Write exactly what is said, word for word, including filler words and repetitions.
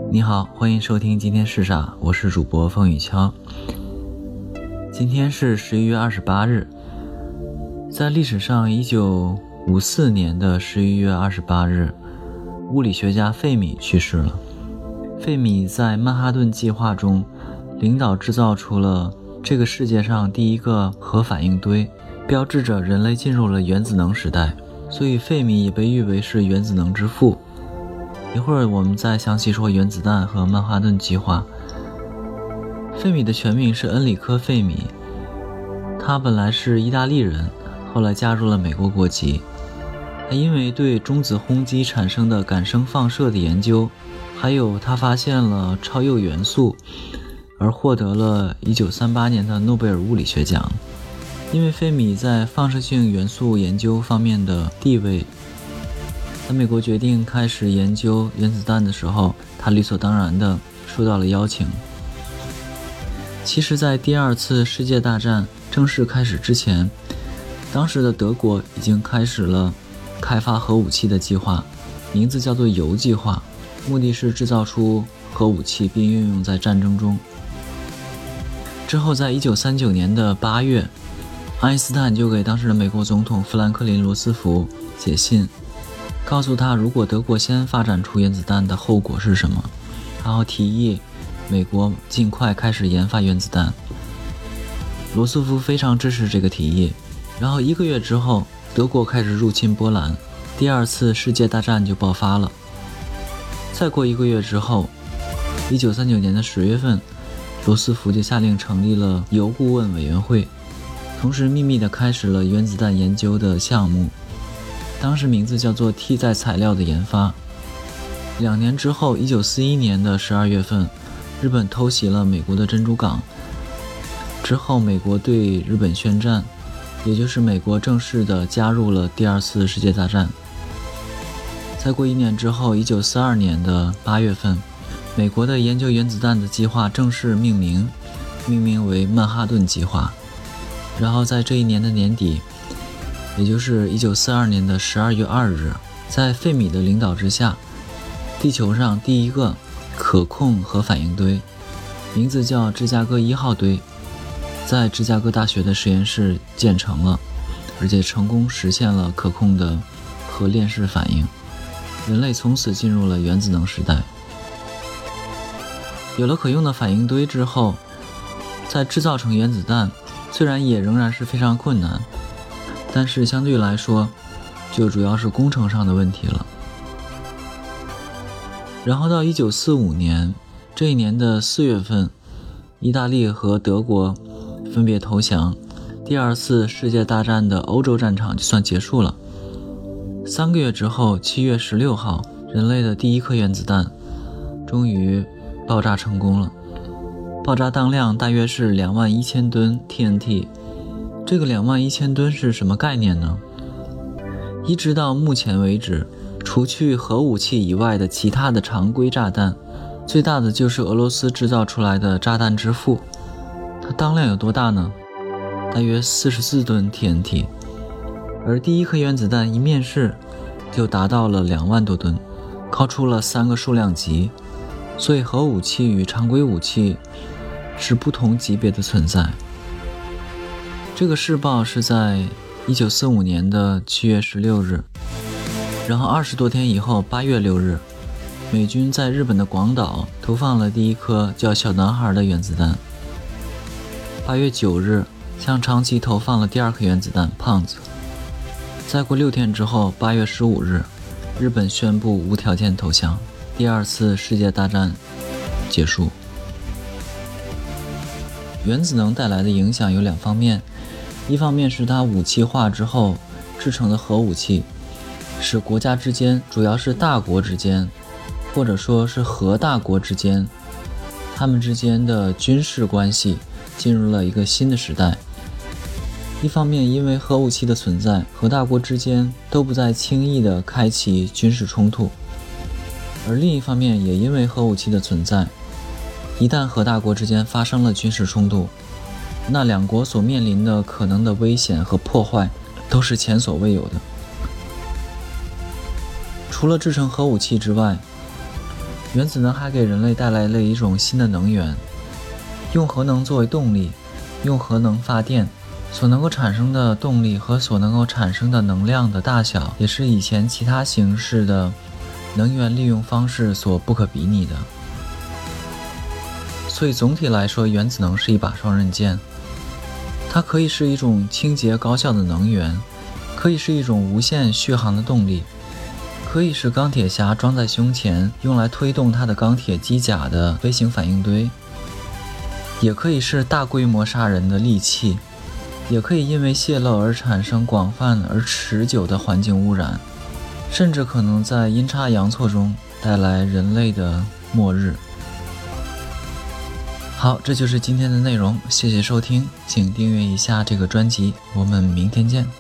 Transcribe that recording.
你好，欢迎收听今天是啥，我是主播风雨敲。今天是十一月二十八日，在历史上一九五四年的十一月二十八日，物理学家费米去世了。费米在曼哈顿计划中领导制造出了这个世界上第一个核反应堆，标志着人类进入了原子能时代，所以费米也被誉为是原子能之父。一会儿我们再详细说原子弹和曼哈顿计划。费米的全名是恩里科·费米，他本来是意大利人，后来加入了美国国籍。他因为对中子轰击产生的感生放射的研究，还有他发现了超铀元素，而获得了一九三八年的诺贝尔物理学奖。因为费米在放射性元素研究方面的地位，当美国决定开始研究原子弹的时候，他理所当然地受到了邀请。其实在第二次世界大战正式开始之前，当时的德国已经开始了开发核武器的计划，名字叫做铀计划，目的是制造出核武器并运用在战争中。之后在一九三九年的八月，爱因斯坦就给当时的美国总统富兰克林·罗斯福写信，告诉他如果德国先发展出原子弹的后果是什么，然后提议美国尽快开始研发原子弹。罗斯福非常支持这个提议，然后一个月之后，德国开始入侵波兰，第二次世界大战就爆发了。再过一个月之后，一九三九年的十月份，罗斯福就下令成立了铀顾问委员会，同时秘密地开始了原子弹研究的项目，当时名字叫做替代材料的研发。两年之后，一九四一年的十二月份，日本偷袭了美国的珍珠港。之后美国对日本宣战，也就是美国正式的加入了第二次世界大战。再过一年之后，一九四二年的八月份，美国的研究原子弹的计划正式命名，命名为曼哈顿计划。然后在这一年的年底，也就是一九四二年的十二月二日，在费米的领导之下，地球上第一个可控核反应堆，名字叫芝加哥一号堆，在芝加哥大学的实验室建成了，而且成功实现了可控的核链式反应。人类从此进入了原子能时代。有了可用的反应堆之后，再制造成原子弹，虽然也仍然是非常困难，但是相对来说就主要是工程上的问题了。然后到一九四五年，这一年的四月份，意大利和德国分别投降，第二次世界大战的欧洲战场就算结束了。三个月之后，七月十六号，人类的第一颗原子弹终于爆炸成功了。爆炸当量大约是两万一千吨 T N T。 这个两万一千吨是什么概念呢？一直到目前为止，除去核武器以外的其他的常规炸弹，最大的就是俄罗斯制造出来的炸弹之父。它当量有多大呢？大约四十四吨 T N T。 而第一颗原子弹一面世就达到了两万多吨，高出了三个数量级。所以核武器与常规武器是不同级别的存在。这个试爆是在一九四五年的七月十六日，然后二十多天以后，八月六日，美军在日本的广岛投放了第一颗叫小男孩的原子弹。八月九日，向长崎投放了第二颗原子弹胖子。再过六天之后，八月十五日，日本宣布无条件投降，第二次世界大战结束。原子能带来的影响有两方面，一方面是它武器化之后制成的核武器，使国家之间，主要是大国之间，或者说是核大国之间，他们之间的军事关系进入了一个新的时代。一方面因为核武器的存在，核大国之间都不再轻易地开启军事冲突，而另一方面也因为核武器的存在，一旦核大国之间发生了军事冲突，那两国所面临的可能的危险和破坏都是前所未有的。除了制成核武器之外， 原子能还给人类带来了一种新的能源，用核能作为动力，用核能发电所能够产生的动力和所能够产生的能量的大小，也是以前其他形式的能源利用方式所不可比拟的。所以总体来说，原子能是一把双刃剑，它可以是一种清洁高效的能源，可以是一种无限续航的动力，可以是钢铁侠装在胸前用来推动他的钢铁机甲的飞行反应堆，也可以是大规模杀人的利器，也可以因为泄漏而产生广泛而持久的环境污染，甚至可能在阴差阳错中带来人类的末日。好，这就是今天的内容，谢谢收听，请订阅一下这个专辑，我们明天见。